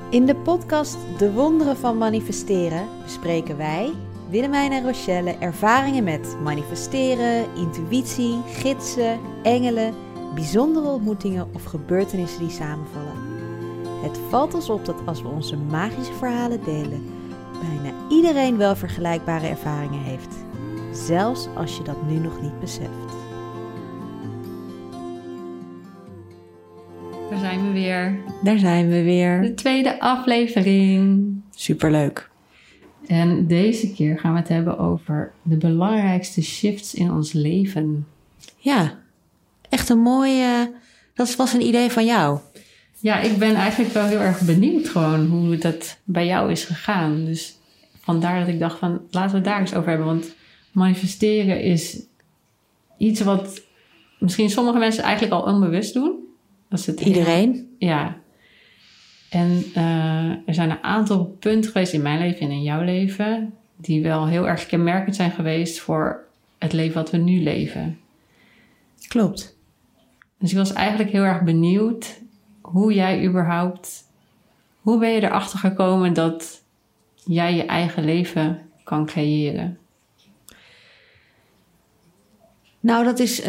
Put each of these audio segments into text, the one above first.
In de podcast De Wonderen van Manifesteren bespreken wij, Willemijn en Rochelle, ervaringen met manifesteren, intuïtie, gidsen, engelen, bijzondere ontmoetingen of gebeurtenissen die samenvallen. Het valt ons op dat als we onze magische verhalen delen, bijna iedereen wel vergelijkbare ervaringen heeft. Zelfs als je dat nu nog niet beseft. Daar zijn we weer. De tweede aflevering. Superleuk. En deze keer gaan we het hebben over de belangrijkste shifts in ons leven. Ja, echt een mooie... Dat was een idee van jou. Ja, ik ben eigenlijk wel heel erg benieuwd gewoon hoe dat bij jou is gegaan. Dus vandaar dat ik dacht van, laten we het daar eens over hebben. Want manifesteren is iets wat misschien sommige mensen eigenlijk al onbewust doen. Dat is het Iedereen? Ja. En er zijn een aantal punten geweest in mijn leven en in jouw leven die wel heel erg kenmerkend zijn geweest voor het leven wat we nu leven. Klopt. Dus ik was eigenlijk heel erg benieuwd hoe ben je erachter gekomen dat jij je eigen leven kan creëren? Nou, dat is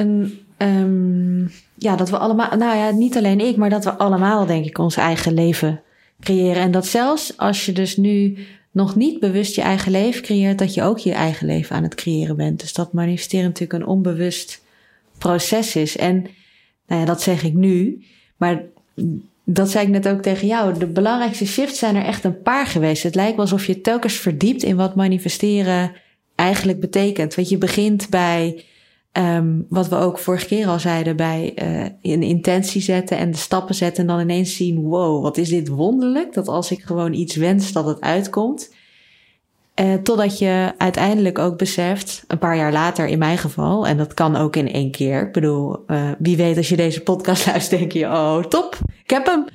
dat we allemaal, niet alleen ik, maar dat we allemaal, denk ik, ons eigen leven creëren. En dat zelfs als je dus nu nog niet bewust je eigen leven creëert, dat je ook je eigen leven aan het creëren bent. Dus dat manifesteren natuurlijk een onbewust proces is. En dat zeg ik nu, maar dat zei ik net ook tegen jou. De belangrijkste shifts zijn er echt een paar geweest. Het lijkt wel alsof je telkens verdiept in wat manifesteren eigenlijk betekent. Want je begint bij wat we ook vorige keer al zeiden, bij een intentie zetten en de stappen zetten en dan ineens zien, wow, wat is dit wonderlijk, dat als ik gewoon iets wens, dat het uitkomt. Totdat je uiteindelijk ook beseft, een paar jaar later in mijn geval, en dat kan ook in 1 keer. Ik bedoel, wie weet als je deze podcast luistert, denk je, oh top, ik heb hem.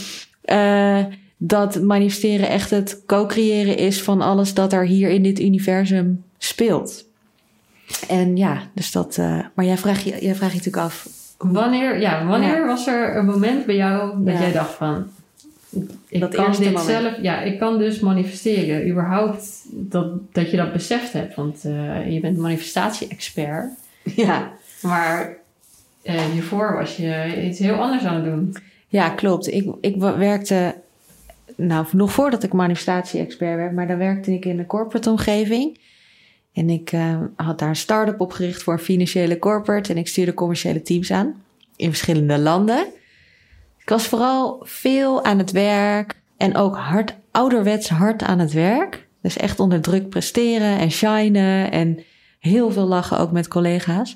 Dat manifesteren echt het co-creëren is van alles dat er hier in dit universum speelt. En ja, dus dat... maar jij vraagt je natuurlijk af... Wanneer was er een moment bij jou dat jij dacht van... Ik kan dus manifesteren. Überhaupt dat je dat beseft hebt. Want je bent manifestatie-expert. Ja. Maar hiervoor was je iets heel anders aan het doen. Ja, klopt. Ik werkte... nog voordat ik manifestatie-expert werd... maar dan werkte ik in een corporate omgeving... En ik had daar een start-up opgericht voor een financiële corporate. En ik stuurde commerciële teams aan in verschillende landen. Ik was vooral veel aan het werk. En ook ouderwets hard aan het werk. Dus echt onder druk presteren en shinen. En heel veel lachen ook met collega's.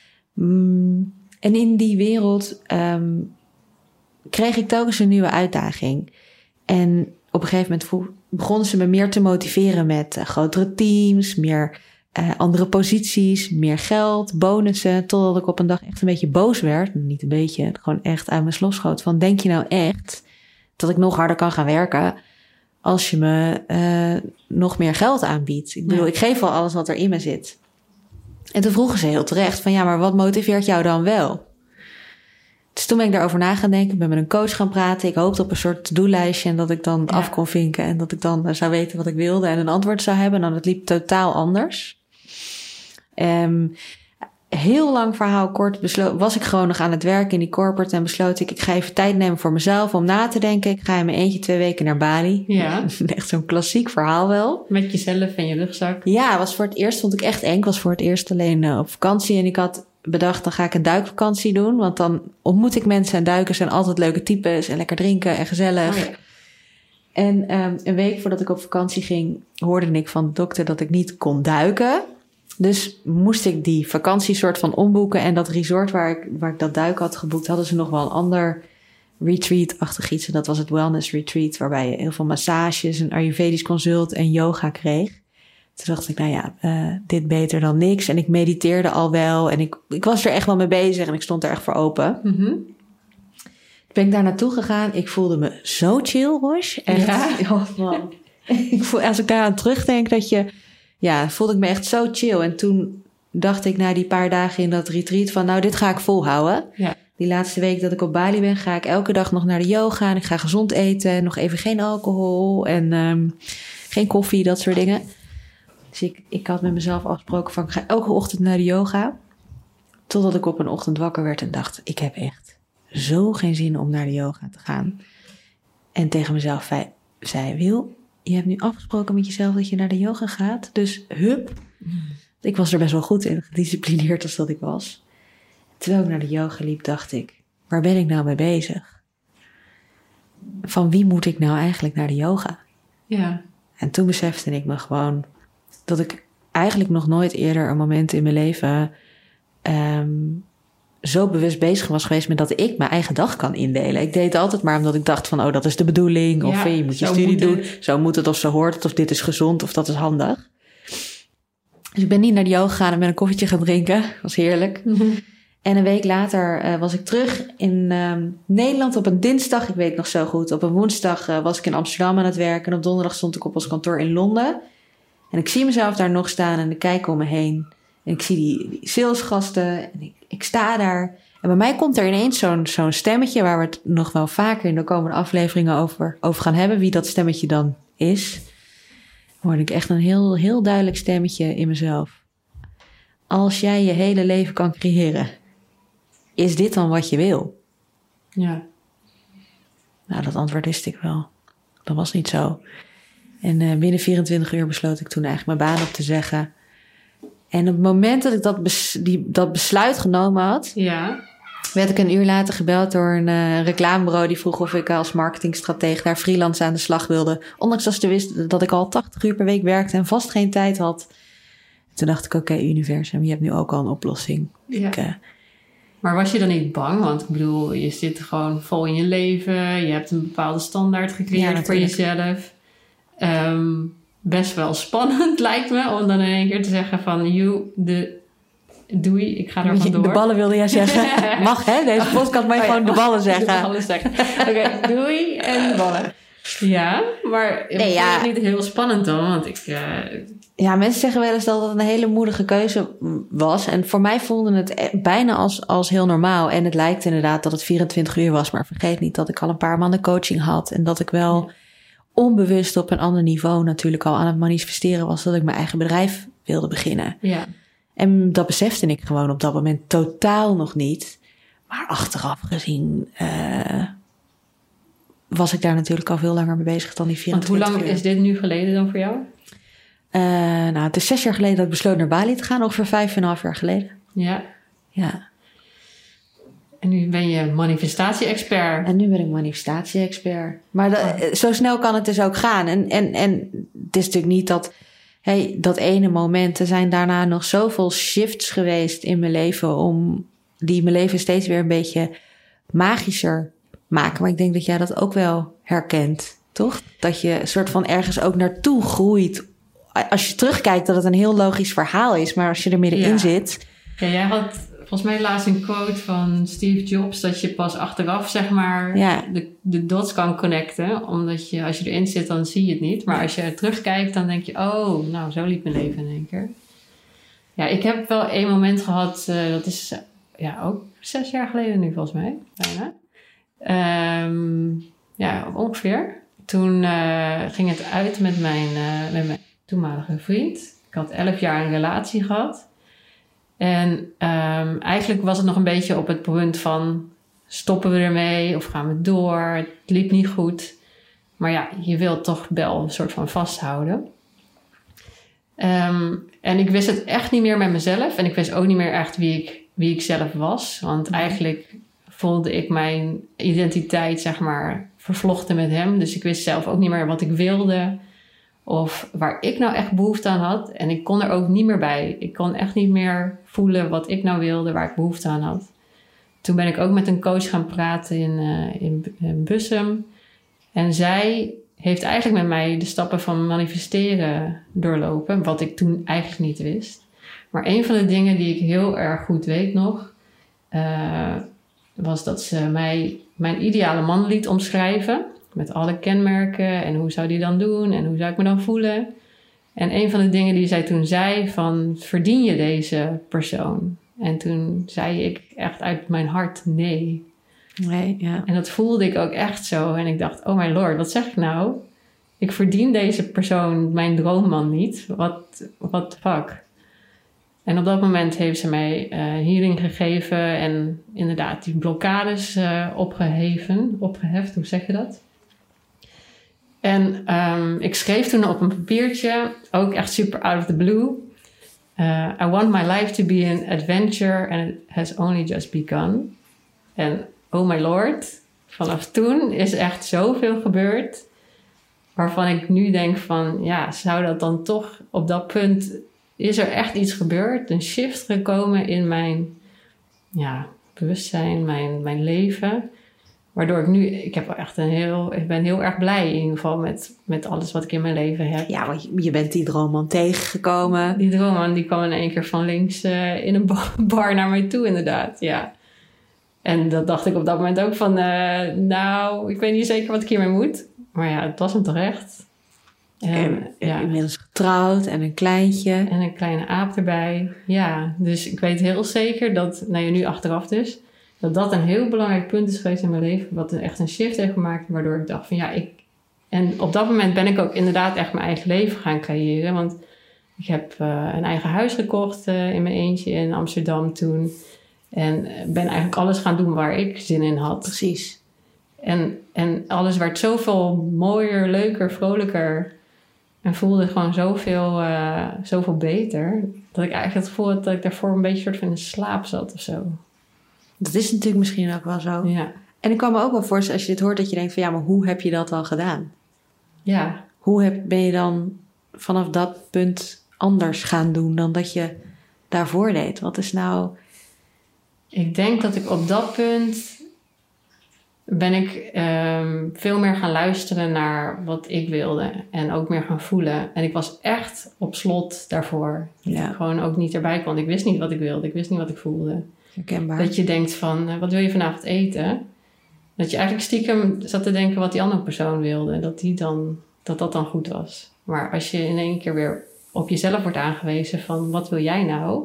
En in die wereld kreeg ik telkens een nieuwe uitdaging. En op een gegeven moment begonnen ze me meer te motiveren met grotere teams, meer andere posities, meer geld, bonussen. Totdat ik op een dag echt een beetje boos werd. Niet een beetje, gewoon echt uit mijn slof schoot. Van, denk je nou echt dat ik nog harder kan gaan werken als je me nog meer geld aanbiedt? Ik bedoel, Ik geef wel alles wat er in me zit. En toen vroegen ze heel terecht van, ja, maar wat motiveert jou dan wel? Dus toen ben ik daarover na gaan denken. Ik ben met een coach gaan praten. Ik hoopte op een soort to-do-lijstje en dat ik dan af kon vinken. En dat ik dan zou weten wat ik wilde en een antwoord zou hebben. Nou, dat liep totaal anders. Heel lang verhaal kort was ik gewoon nog aan het werken in die corporate. En besloot ik ga even tijd nemen voor mezelf om na te denken. Ik ga in mijn eentje 2 weken naar Bali. Ja. Echt zo'n klassiek verhaal wel. Met jezelf en je rugzak. Ja, was voor het eerst, vond ik echt eng. Was voor het eerst alleen op vakantie. En ik had bedacht, dan ga ik een duikvakantie doen. Want dan ontmoet ik mensen en duikers zijn altijd leuke types. En lekker drinken en gezellig. Oh ja. En een week voordat ik op vakantie ging, hoorde ik van de dokter dat ik niet kon duiken. Dus moest ik die vakantie soort van omboeken. En dat resort waar ik dat duiken had geboekt, hadden ze nog wel een ander retreat-achtig iets. En dat was het wellness retreat, waarbij je heel veel massages, een Ayurvedisch consult en yoga kreeg. Toen dacht ik, dit beter dan niks. En ik mediteerde al wel. En ik was er echt wel mee bezig. En ik stond er echt voor open. Mm-hmm. Toen ben ik daar naartoe gegaan. Ik voelde me zo chill, Rosh. Echt. Ja? Oh, man. Als ik daar aan terugdenk, voelde ik me echt zo chill. En toen dacht ik na die paar dagen in dat retreat van, dit ga ik volhouden. Ja. Die laatste week dat ik op Bali ben, ga ik elke dag nog naar de yoga. En ik ga gezond eten. Nog even geen alcohol. En geen koffie, dat soort dingen. Dus ik had met mezelf afgesproken van ik ga elke ochtend naar de yoga. Totdat ik op een ochtend wakker werd en dacht, ik heb echt zo geen zin om naar de yoga te gaan. En tegen mezelf zei, Wil, je hebt nu afgesproken met jezelf dat je naar de yoga gaat. Dus hup. Ik was er best wel goed in, gedisciplineerd als dat ik was. Terwijl ik naar de yoga liep, dacht ik, waar ben ik nou mee bezig? Van wie moet ik nou eigenlijk naar de yoga? Ja. En toen besefte ik me gewoon dat ik eigenlijk nog nooit eerder een moment in mijn leven zo bewust bezig was geweest met dat ik mijn eigen dag kan indelen. Ik deed het altijd maar omdat ik dacht van, dat is de bedoeling. Of je moet je studie doen. Zo moet het of zo hoort het. Of dit is gezond of dat is handig. Dus ik ben niet naar de yoga gegaan en ben een koffietje gaan drinken. Dat was heerlijk. Mm-hmm. En een week later was ik terug in Nederland op een dinsdag. Ik weet het nog zo goed. Op een woensdag was ik in Amsterdam aan het werken. En op donderdag stond ik op ons kantoor in Londen. En ik zie mezelf daar nog staan en ik kijk om me heen. En ik zie die salesgasten en ik sta daar. En bij mij komt er ineens zo'n stemmetje, waar we het nog wel vaker in de komende afleveringen over gaan hebben, wie dat stemmetje dan is. Dan hoorde ik echt een heel, heel duidelijk stemmetje in mezelf. Als jij je hele leven kan creëren, is dit dan wat je wil? Ja. Nou, dat antwoord wist ik wel. Dat was niet zo. En binnen 24 uur besloot ik toen eigenlijk mijn baan op te zeggen. En op het moment dat ik dat besluit genomen had, werd ik een uur later gebeld door een reclamebureau die vroeg of ik als marketingstratege daar freelance aan de slag wilde. Ondanks dat ze wisten dat ik al 80 uur per week werkte en vast geen tijd had. Toen dacht ik, oké, universum, je hebt nu ook al een oplossing. Ja. Maar was je dan niet bang? Want ik bedoel, je zit gewoon vol in je leven. Je hebt een bepaalde standaard gecreëerd voor jezelf. Best wel spannend lijkt me om dan in één keer te zeggen van doei, ik ga er vandoor. De ballen wilde jij zeggen. Mag hè, deze podcast mag je gewoon de ballen zeggen. De ballen zeggen. Oké, doei en ballen. Ja, maar het is niet heel spannend dan, want Ja, mensen zeggen wel eens dat het een hele moedige keuze was. En voor mij voelde het bijna als heel normaal. En het lijkt inderdaad dat het 24 uur was. Maar vergeet niet dat ik al een paar maanden coaching had. En dat ik wel onbewust op een ander niveau natuurlijk al aan het manifesteren was. Dat ik mijn eigen bedrijf wilde beginnen. Ja. En dat besefte ik gewoon op dat moment totaal nog niet. Maar achteraf gezien was ik daar natuurlijk al veel langer mee bezig dan die 24 uur. Want hoe lang is dit nu geleden dan voor jou? Het is 6 jaar geleden dat ik besloot naar Bali te gaan. Ongeveer 5,5 jaar geleden. Ja. Ja. En nu ben je manifestatie-expert. En nu ben ik manifestatie-expert. Maar zo snel kan het dus ook gaan. En het is natuurlijk niet dat ene moment. Er zijn daarna nog zoveel shifts geweest in mijn leven. Die mijn leven steeds weer een beetje magischer maken. Maar ik denk dat jij dat ook wel herkent. Toch? Dat je een soort van ergens ook naartoe groeit. Als je terugkijkt dat het een heel logisch verhaal is. Maar als je er middenin zit. Ja, jij had volgens mij laatst een quote van Steve Jobs. Dat je pas achteraf zeg maar de dots kan connecten. Omdat je als je erin zit dan zie je het niet. Maar als je er terugkijkt dan denk je. Oh, nou zo liep mijn leven in één keer. Ja, ik heb wel één moment gehad. Dat is ook 6 jaar geleden nu volgens mij. Bijna. Ongeveer. Toen ging het uit met mijn toenmalige vriend. Ik had 11 jaar een relatie gehad. En eigenlijk was het nog een beetje op het punt van stoppen we ermee of gaan we door? Het liep niet goed. Maar ja, je wilt toch wel een soort van vasthouden. En ik wist het echt niet meer met mezelf. En ik wist ook niet meer echt wie ik zelf was. Want eigenlijk voelde ik mijn identiteit, zeg maar, vervlochten met hem. Dus ik wist zelf ook niet meer wat ik wilde. Of waar ik nou echt behoefte aan had. En ik kon er ook niet meer bij. Ik kon echt niet meer voelen wat ik nou wilde, waar ik behoefte aan had. Toen ben ik ook met een coach gaan praten in Bussum. En zij heeft eigenlijk met mij de stappen van manifesteren doorlopen. Wat ik toen eigenlijk niet wist. Maar een van de dingen die ik heel erg goed weet nog, was dat ze mij mijn ideale man liet omschrijven. Met alle kenmerken en hoe zou die dan doen en hoe zou ik me dan voelen. En een van de dingen die zij toen zei van, verdien je deze persoon? En toen zei ik echt uit mijn hart nee. Nee, ja. En dat voelde ik ook echt zo. En ik dacht, oh my lord, wat zeg ik nou? Ik verdien deze persoon, mijn droomman niet. What the fuck? En op dat moment heeft ze mij healing gegeven. En inderdaad die blokkades opgeheft. Hoe zeg je dat? En ik schreef toen op een papiertje, ook echt super out of the blue. I want my life to be an adventure and it has only just begun. En oh my lord, vanaf toen is echt zoveel gebeurd. Waarvan ik nu denk van, ja, zou dat dan toch op dat punt... Is er echt iets gebeurd? Een shift gekomen in mijn bewustzijn, mijn leven. Waardoor ik ben heel erg blij in ieder geval met alles wat ik in mijn leven heb. Ja, want je bent die droomman tegengekomen. Die droomman die kwam in één keer van links in een bar naar mij toe inderdaad, ja. En dat dacht ik op dat moment ook van, ik weet niet zeker wat ik hiermee moet. Maar ja, het was hem toch echt. En inmiddels getrouwd en een kleintje. En een kleine aap erbij. Ja, dus ik weet heel zeker dat, nu achteraf dus, dat een heel belangrijk punt is geweest in mijn leven. Wat echt een shift heeft gemaakt. Waardoor ik dacht van en op dat moment ben ik ook inderdaad echt mijn eigen leven gaan creëren. Want ik heb een eigen huis gekocht in mijn eentje in Amsterdam toen. En ben eigenlijk alles gaan doen waar ik zin in had. Precies. En alles werd zoveel mooier, leuker, vrolijker. En voelde gewoon zoveel beter. Dat ik eigenlijk het gevoel had dat ik daarvoor een beetje soort van in slaap zat of zo. Dat is natuurlijk misschien ook wel zo. Ja. En ik kan me ook wel voorstellen als je dit hoort dat je denkt van ja, maar hoe heb je dat dan gedaan? Ja. Ben je dan vanaf dat punt anders gaan doen dan dat je daarvoor deed? Wat is nou... Ik denk dat ik op dat punt ben ik veel meer gaan luisteren naar wat ik wilde. En ook meer gaan voelen. En ik was echt op slot daarvoor. Ja. Ik gewoon ook niet erbij kwam. Ik wist niet wat ik wilde. Ik wist niet wat ik voelde. Herkenbaar. Dat je denkt van, wat wil je vanavond eten? Dat je eigenlijk stiekem zat te denken wat die andere persoon wilde. Dat dan goed was. Maar als je in één keer weer op jezelf wordt aangewezen van, wat wil jij nou?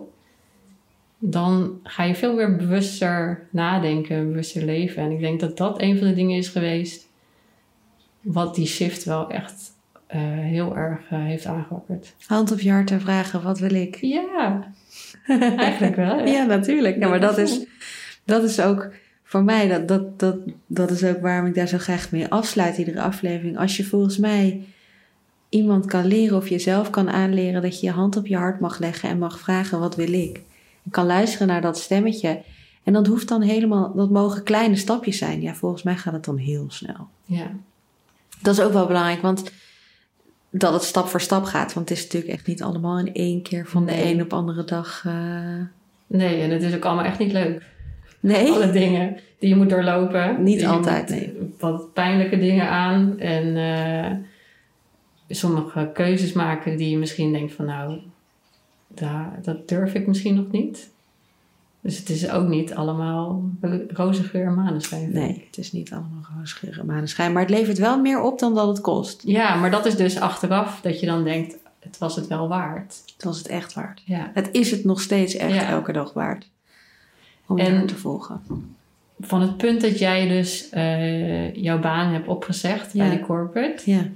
Dan ga je veel meer bewuster nadenken, bewuster leven. En ik denk dat dat een van de dingen is geweest wat die shift wel echt heel erg heeft aangewakkerd. Hand op je hart en vragen, wat wil ik? Ja, eigenlijk wel. Ja, ja natuurlijk. Ja, maar dat is ook voor mij, dat is ook waarom ik daar zo graag mee afsluit, iedere aflevering. Als je volgens mij iemand kan leren of jezelf kan aanleren dat je je hand op je hart mag leggen en mag vragen, wat wil ik? Je kan luisteren naar dat stemmetje. En dat mogen kleine stapjes zijn. Ja, volgens mij gaat het dan heel snel. Ja. Dat is ook wel belangrijk, want dat het stap voor stap gaat. Want het is natuurlijk echt niet allemaal in één keer van de een op andere dag. Nee, en het is ook allemaal echt niet leuk. Nee. Alle dingen die je moet doorlopen. Niet altijd, nee. Wat pijnlijke dingen aan. En sommige keuzes maken die je misschien denkt van dat durf ik misschien nog niet. Dus het is ook niet allemaal roze geur en maneschijn. Nee, het is niet allemaal roze geur en maneschijn. Maar het levert wel meer op dan dat het kost. Ja, maar dat is dus achteraf dat je dan denkt, het was het wel waard. Het was het echt waard. Ja. Het is het nog steeds echt elke dag waard. Om je te volgen. Van het punt dat jij dus jouw baan hebt opgezegd bij die corporate. Ja.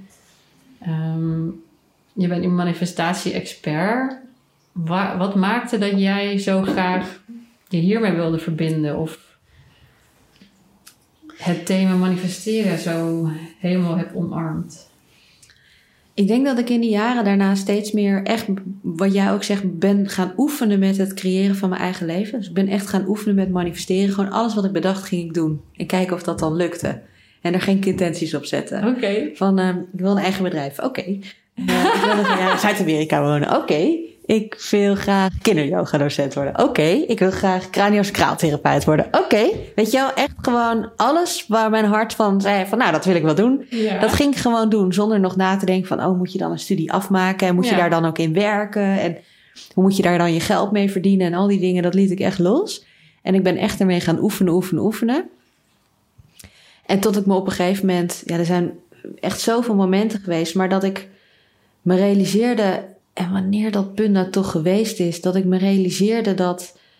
Je bent een manifestatie-expert. Wat maakte dat jij zo graag je hiermee wilde verbinden? Of het thema manifesteren zo helemaal hebt omarmd? Ik denk dat ik in de jaren daarna steeds meer echt, wat jij ook zegt, ben gaan oefenen met het creëren van mijn eigen leven. Dus ik ben echt gaan oefenen met manifesteren. Gewoon alles wat ik bedacht ging ik doen. En kijken of dat dan lukte. En er geen intenties op zetten. Oké. Van, ik wil een eigen bedrijf. Oké. Ik wil nog in Zuid-Amerika wonen. Oké. Ik wil graag kinderyoga-docent worden. Oké. Ik wil graag craniosacraaltherapeut worden. Oké. Weet je wel, echt gewoon alles waar mijn hart van zei van, dat wil ik wel doen. Ja. Dat ging ik gewoon doen zonder nog na te denken van, moet je dan een studie afmaken? En moet je daar dan ook in werken? En hoe moet je daar dan je geld mee verdienen? En al die dingen, dat liet ik echt los. En ik ben echt ermee gaan oefenen. En tot ik me op een gegeven moment, er zijn echt zoveel momenten geweest, maar dat ik me realiseerde, en wanneer dat punt nou toch geweest is, dat ik me realiseerde dat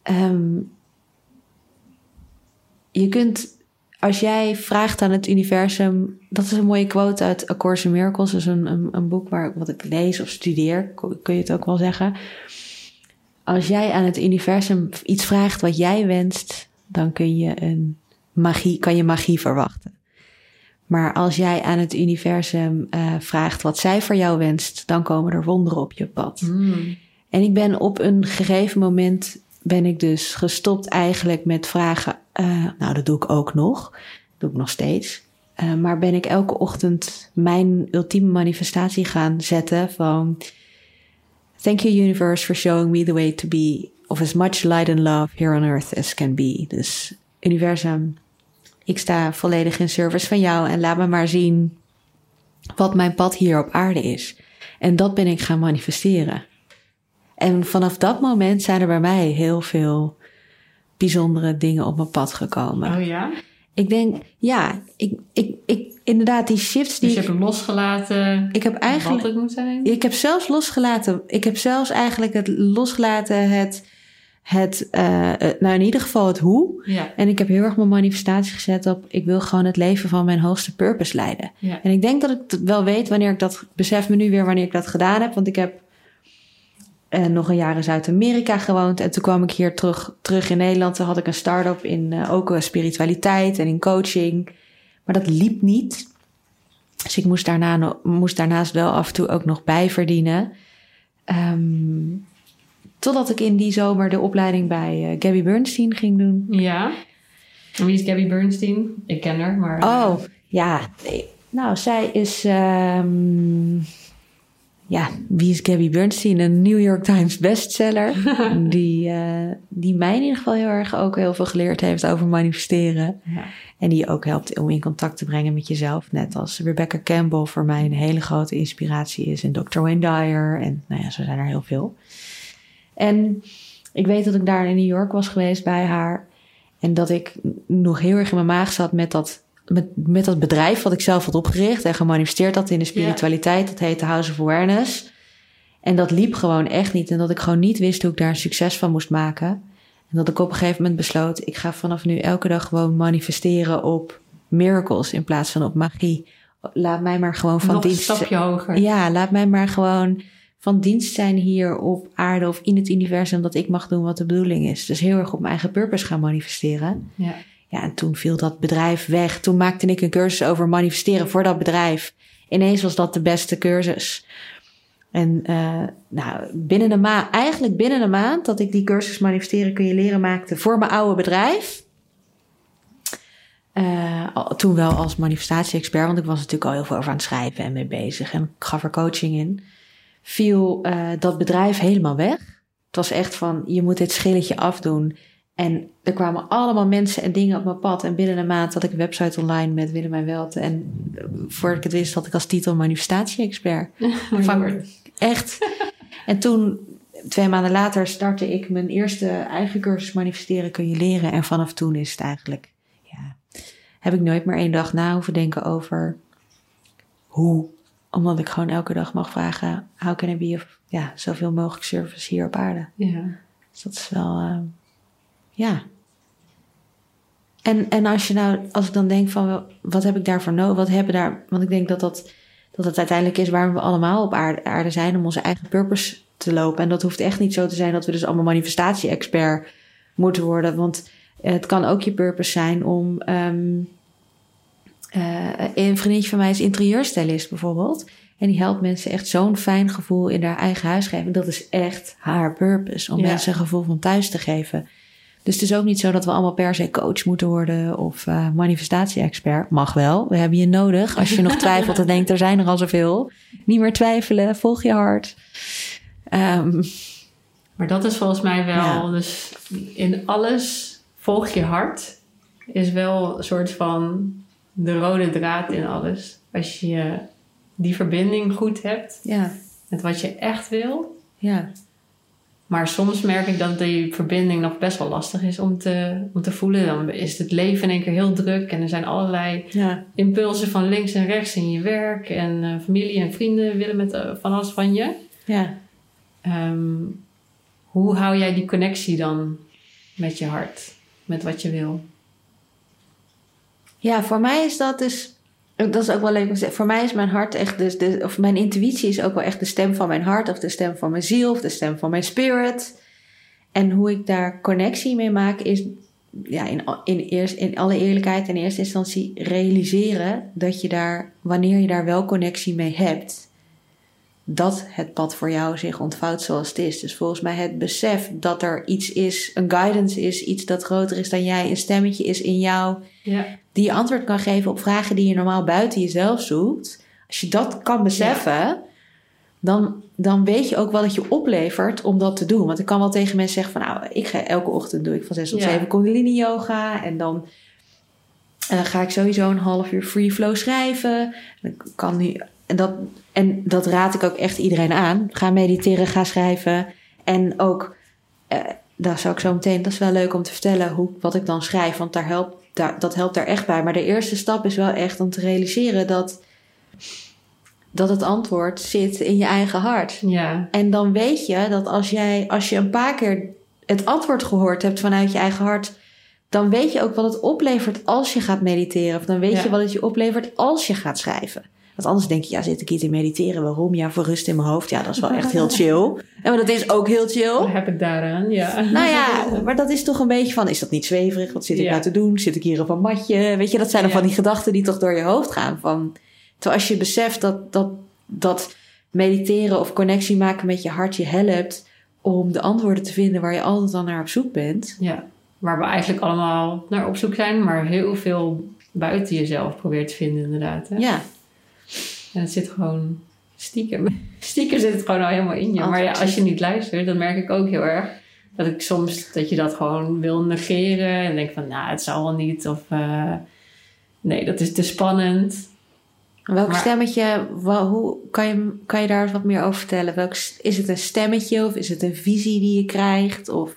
Je kunt, als jij vraagt aan het universum, dat is een mooie quote uit A Course in Miracles, dus een boek wat ik lees of studeer, kun je het ook wel zeggen. Als jij aan het universum iets vraagt wat jij wenst, dan kan je magie verwachten. Maar als jij aan het universum vraagt wat zij voor jou wenst, dan komen er wonderen op je pad. En ik ben op een gegeven moment dus gestopt eigenlijk met vragen. Dat doe ik ook nog. Dat doe ik nog steeds. Maar ben ik elke ochtend mijn ultieme manifestatie gaan zetten van: Thank you universe for showing me the way to be of as much light and love here on earth as can be. Dus universum, ik sta volledig in service van jou en laat me maar zien wat mijn pad hier op aarde is. En dat ben ik gaan manifesteren. En vanaf dat moment zijn er bij mij heel veel bijzondere dingen op mijn pad gekomen. Oh ja? Ik denk, ik inderdaad die shifts die... Dus je hebt hem losgelaten ik heb eigenlijk, wat het moet zijn? Ik heb zelfs losgelaten... Ik heb zelfs eigenlijk in ieder geval het hoe. Ja. En ik heb heel erg mijn manifestatie gezet op: ik wil gewoon het leven van mijn hoogste purpose leiden. Ja. En ik denk dat ik het wel weet wanneer ik dat... besef me nu weer wanneer ik dat gedaan heb. Want ik heb nog een jaar in Zuid-Amerika gewoond. En toen kwam ik hier terug in Nederland. Toen had ik een start-up in ook spiritualiteit en in coaching. Maar dat liep niet. Dus ik moest daarnaast wel af en toe ook nog bijverdienen. Totdat ik in die zomer de opleiding bij Gabby Bernstein ging doen. Ja. En wie is Gabby Bernstein? Ik ken haar, maar... Oh, ja. Nee. Nou, zij is... wie is Gabby Bernstein? Een New York Times bestseller. Die mij in ieder geval heel veel geleerd heeft over manifesteren. Ja. En die je ook helpt om in contact te brengen met jezelf. Net als Rebecca Campbell voor mij een hele grote inspiratie is. En Dr. Wayne Dyer. En zo zijn er heel veel. En ik weet dat ik daar in New York was geweest bij haar. En dat ik nog heel erg in mijn maag zat met dat bedrijf wat ik zelf had opgericht en gemanifesteerd had in de spiritualiteit. Dat heette House of Awareness. En dat liep gewoon echt niet. En dat ik gewoon niet wist hoe ik daar een succes van moest maken. En dat ik op een gegeven moment besloot: ik ga vanaf nu elke dag gewoon manifesteren op miracles in plaats van op magie. Laat mij maar gewoon van dienst... Nog een stapje hoger. Ja, laat mij maar gewoon van dienst zijn hier op aarde of in het universum, dat ik mag doen wat de bedoeling is. Dus heel erg op mijn eigen purpose gaan manifesteren. Ja. Ja, en toen viel dat bedrijf weg. Toen maakte ik een cursus over manifesteren voor dat bedrijf. Ineens was dat de beste cursus. En binnen een maand dat ik die cursus manifesteren kun je leren maakte voor mijn oude bedrijf. Toen wel als manifestatie-expert, want ik was natuurlijk al heel veel over aan het schrijven en mee bezig. En ik gaf er coaching in. Viel dat bedrijf helemaal weg. Het was echt van: je moet dit schilletje afdoen. En er kwamen allemaal mensen en dingen op mijn pad. En binnen een maand had ik een website online met Willemijn Welte. En voordat ik het wist, had ik als titel manifestatie-expert. Echt. En toen, 2 maanden later, startte ik mijn eerste eigen cursus manifesteren kun je leren. En vanaf toen is het eigenlijk... heb ik nooit meer 1 dag na hoeven denken over hoe. Omdat ik gewoon elke dag mag vragen: how can I be of zoveel mogelijk service hier op aarde. Ja. Dus dat is wel... En als ik dan denk van, wat heb ik daarvoor nodig? Want ik denk dat het uiteindelijk is waarom we allemaal op aarde zijn, om onze eigen purpose te lopen. En dat hoeft echt niet zo te zijn dat we dus allemaal manifestatie-expert moeten worden. Want het kan ook je purpose zijn om... een vriendinnetje van mij is interieurstylist bijvoorbeeld. En die helpt mensen echt zo'n fijn gevoel in haar eigen huis geven. Dat is echt haar purpose, om mensen een gevoel van thuis te geven. Dus het is ook niet zo dat we allemaal per se coach moeten worden of manifestatie-expert. Mag wel, we hebben je nodig. Als je nog twijfelt en denkt, er zijn er al zoveel. Niet meer twijfelen, volg je hart. Maar dat is volgens mij wel, dus in alles volg je hart. Is wel een soort van de rode draad in alles. Als je die verbinding goed hebt met wat je echt wil. Ja. Maar soms merk ik dat die verbinding nog best wel lastig is om te voelen. Dan is het leven in één keer heel druk. En er zijn allerlei impulsen van links en rechts in je werk. En familie en vrienden willen met van alles van je. Ja. Hoe hou jij die connectie dan met je hart, met wat je wil. Ja, voor mij is dat dus... Dat is ook wel leuk om te zeggen. Voor mij is mijn hart echt... of mijn intuïtie is ook wel echt de stem van mijn hart... of de stem van mijn ziel... of de stem van mijn spirit. En hoe ik daar connectie mee maak... is in alle eerlijkheid... in eerste instantie realiseren... dat je daar, wanneer je daar wel connectie mee hebt... dat het pad voor jou zich ontvouwt zoals het is. Dus volgens mij het besef dat er iets is... een guidance is, iets dat groter is dan jij... een stemmetje is in jou... Ja. die je antwoord kan geven op vragen die je normaal buiten jezelf zoekt. Als je dat kan beseffen, dan weet je ook wel dat je oplevert om dat te doen. Want ik kan wel tegen mensen zeggen van... elke ochtend doe ik van 6 tot 7 Kundalini yoga. En dan ga ik sowieso een half uur free flow schrijven. En dat raad ik ook echt iedereen aan. Ga mediteren, ga schrijven. En ook, dat zou ik zo meteen... dat is wel leuk om te vertellen wat ik dan schrijf. Want dat helpt daar echt bij. Maar de eerste stap is wel echt om te realiseren dat het antwoord zit in je eigen hart. Ja. En dan weet je dat als je een paar keer het antwoord gehoord hebt vanuit je eigen hart... dan weet je ook wat het oplevert als je gaat mediteren. Of dan weet je wat het je oplevert als je gaat schrijven. Want anders denk je, zit ik hier te mediteren? Waarom? Ja, voor rust in mijn hoofd. Ja, dat is wel echt heel chill. En maar dat is ook heel chill. Wat heb ik daaraan? Ja. Nou ja, maar dat is toch een beetje van... is dat niet zweverig? Wat zit ik nou te doen? Zit ik hier op een matje? Weet je, dat zijn dan van die gedachten die toch door je hoofd gaan. Terwijl als je beseft dat mediteren of connectie maken met je hart je helpt... om de antwoorden te vinden waar je altijd al naar op zoek bent. Ja, waar we eigenlijk allemaal naar op zoek zijn... maar heel veel buiten jezelf probeert te vinden inderdaad. Hè? Ja. En het zit gewoon stiekem. Stiekem zit het gewoon al helemaal in je. Maar als je niet luistert, dan merk ik ook heel erg... dat je dat gewoon wil negeren. En denk van, het zal wel niet. Of nee, dat is te spannend. Welk stemmetje, hoe kan je daar eens wat meer over vertellen? Is het een stemmetje of is het een visie die je krijgt? Of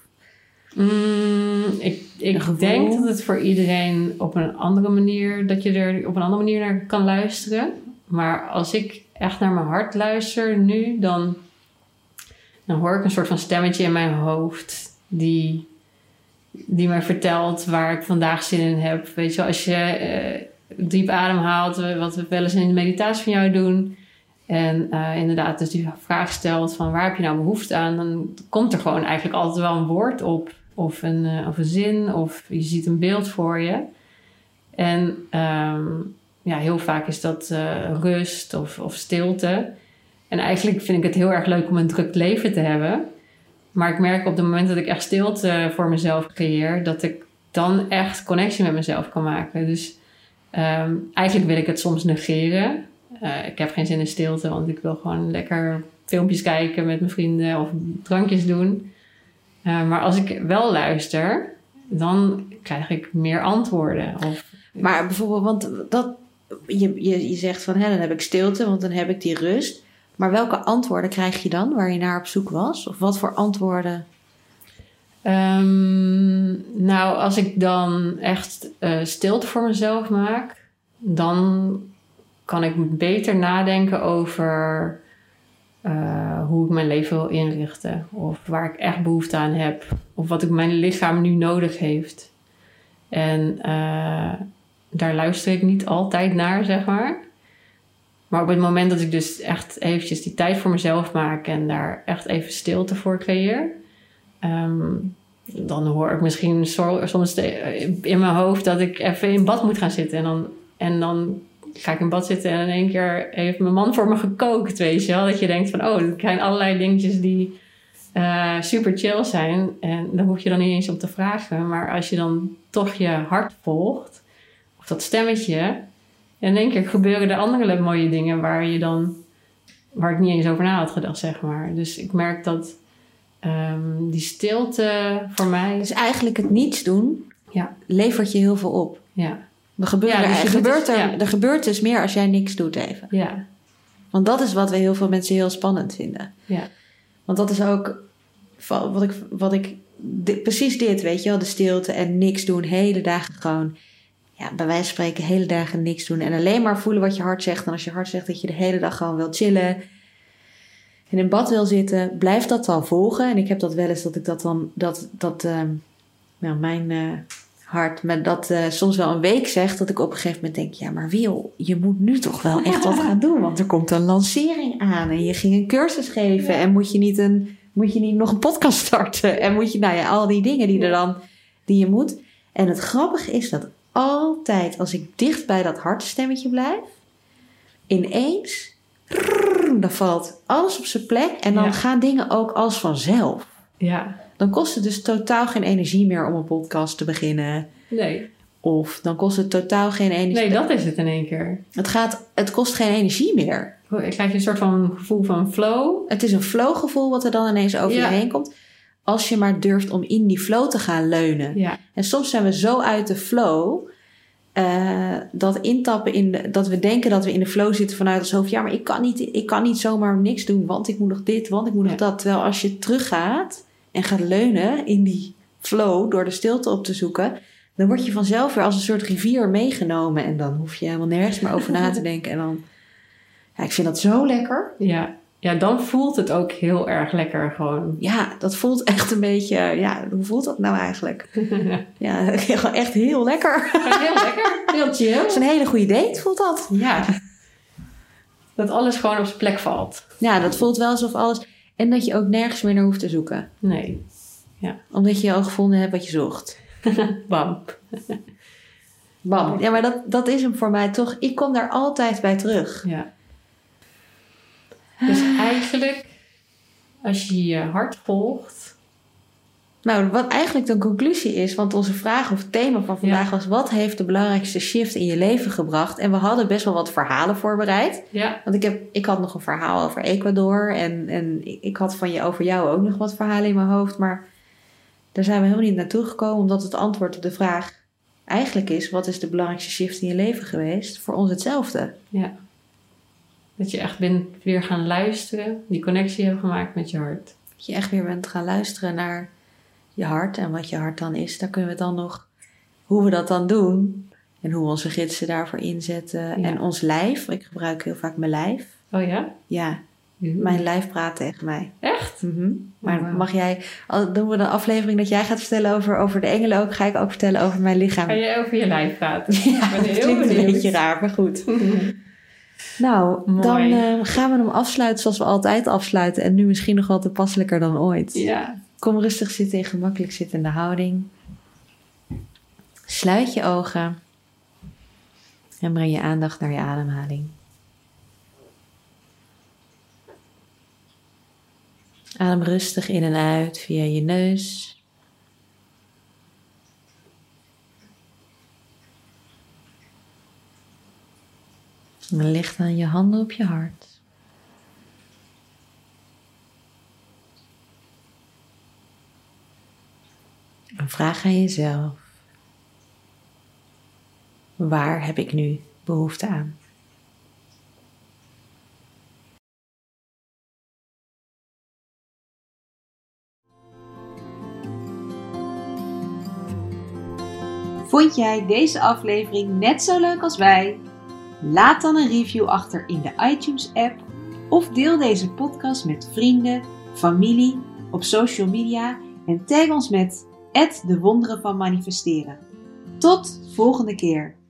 ik denk dat het voor iedereen op een andere manier... dat je er op een andere manier naar kan luisteren... Maar als ik echt naar mijn hart luister nu, dan hoor ik een soort van stemmetje in mijn hoofd die mij vertelt waar ik vandaag zin in heb. Weet je, als je diep ademhaalt, wat we wel eens in de meditatie van jou doen, en inderdaad dus die vraag stelt van waar heb je nou behoefte aan, dan komt er gewoon eigenlijk altijd wel een woord op of een zin of je ziet een beeld voor je. En heel vaak is dat rust of stilte. En eigenlijk vind ik het heel erg leuk om een druk leven te hebben. Maar ik merk op het moment dat ik echt stilte voor mezelf creëer... dat ik dan echt connectie met mezelf kan maken. Dus eigenlijk wil ik het soms negeren. Ik heb geen zin in stilte, want ik wil gewoon lekker filmpjes kijken met mijn vrienden... of drankjes doen. Maar als ik wel luister, dan krijg ik meer antwoorden. Maar bijvoorbeeld, want je zegt van, dan heb ik stilte, want dan heb ik die rust. Maar welke antwoorden krijg je dan, waar je naar op zoek was? Of wat voor antwoorden? Als ik dan echt stilte voor mezelf maak... dan kan ik beter nadenken over hoe ik mijn leven wil inrichten. Of waar ik echt behoefte aan heb. Of wat mijn lichaam nu nodig heeft. En... daar luister ik niet altijd naar, zeg maar. Maar op het moment dat ik dus echt eventjes die tijd voor mezelf maak... en daar echt even stilte voor creëer... dan hoor ik misschien soms in mijn hoofd... dat ik even in bad moet gaan zitten. En dan ga ik in bad zitten en in één keer heeft mijn man voor me gekookt, weet je wel. Dat je denkt van, er zijn allerlei dingetjes die super chill zijn. En daar hoef je dan niet eens op te vragen. Maar als je dan toch je hart volgt... of dat stemmetje... en in één keer gebeuren er andere mooie dingen... waar ik niet eens over na had gedacht, zeg maar. Dus ik merk dat die stilte voor mij... Dus eigenlijk het niets doen... levert je heel veel op. Ja. Er gebeurt dus meer als jij niks doet even. Ja. Want dat is wat we heel veel mensen heel spannend vinden. Ja. Want dat is ook precies dit, weet je wel. De stilte en niks doen, hele dagen gewoon... bij wijze van spreken hele dagen niks doen. En alleen maar voelen wat je hart zegt. En als je hart zegt dat je de hele dag gewoon wil chillen... en in bad wil zitten, blijf dat dan volgen. En ik heb dat wel eens dat ik dat dan... Nou, mijn hart met dat soms wel een week zegt, dat ik op een gegeven moment denk, ja, maar Wil, je moet nu toch wel echt wat gaan doen, want er komt een lancering aan en je ging een cursus geven en moet je niet nog een podcast starten en moet je, nou ja, al die dingen die je moet. En het grappige is dat altijd als ik dicht bij dat hartstemmetje blijf, ineens, dan valt alles op zijn plek en dan gaan dingen ook als vanzelf. Ja. Dan kost het dus totaal geen energie meer om een podcast te beginnen. Nee. Of dan kost het totaal geen energie. Nee, dat is het in één keer. Het kost geen energie meer. Ik krijg je een soort van gevoel van flow. Het is een flowgevoel wat er dan ineens over je heen komt. Als je maar durft om in die flow te gaan leunen. Ja. En soms zijn we zo uit de flow, dat intappen dat we denken dat we in de flow zitten vanuit ons hoofd. Ja, maar ik kan niet zomaar niks doen, want ik moet nog dit, want ik moet nog dat. Terwijl als je teruggaat en gaat leunen in die flow door de stilte op te zoeken, dan word je vanzelf weer als een soort rivier meegenomen. En dan hoef je helemaal nergens meer over na te denken. En dan, ja, ik vind dat zo lekker. Ja, dan voelt het ook heel erg lekker gewoon. Ja, dat voelt echt een beetje, ja, hoe voelt dat nou eigenlijk? Ja, gewoon echt heel lekker. Heel lekker, heel chill. Dat is een hele goede date, voelt dat. Ja. Dat alles gewoon op zijn plek valt. Ja, dat voelt wel alsof alles, en dat je ook nergens meer naar hoeft te zoeken. Nee. Ja. Omdat je al gevonden hebt wat je zocht. Bam. Bam. Ja, maar dat is hem voor mij toch. Ik kom daar altijd bij terug. Ja. Dus eigenlijk, als je je hart volgt. Nou, wat eigenlijk de conclusie is, want onze vraag of het thema van vandaag was, wat heeft de belangrijkste shift in je leven gebracht? En we hadden best wel wat verhalen voorbereid. Ja. Want ik had nog een verhaal over Ecuador en ik had over jou ook nog wat verhalen in mijn hoofd. Maar daar zijn we helemaal niet naartoe gekomen, omdat het antwoord op de vraag eigenlijk is, wat is de belangrijkste shift in je leven geweest? Voor ons hetzelfde. Ja. Dat je echt bent weer gaan luisteren, die connectie hebt gemaakt met je hart. Dat je echt weer bent gaan luisteren naar je hart en wat je hart dan is. Daar kunnen we dan nog, hoe we dat dan doen en hoe we onze gidsen daarvoor inzetten. Ja. En ons lijf, ik gebruik heel vaak mijn lijf. Oh ja? Ja, mijn lijf praat tegen mij. Echt? Mm-hmm. Maar mag jij, doen we een aflevering dat jij gaat vertellen over de engelen ook, ga ik ook vertellen over mijn lichaam. Ga jij over je lijf praten? Ja, dat klinkt een beetje raar, maar goed. Nou, mooi. Dan gaan we hem afsluiten zoals we altijd afsluiten. En nu misschien nog wel toepasselijker dan ooit. Ja. Kom rustig zitten in gemakkelijk zittende houding. Sluit je ogen. En breng je aandacht naar je ademhaling. Adem rustig in en uit via je neus. En leg dan je handen op je hart. En vraag aan jezelf: waar heb ik nu behoefte aan? Vond jij deze aflevering net zo leuk als wij? Laat dan een review achter in de iTunes-app of deel deze podcast met vrienden, familie, op social media en tag ons met @de wonderen van manifesteren. Tot volgende keer!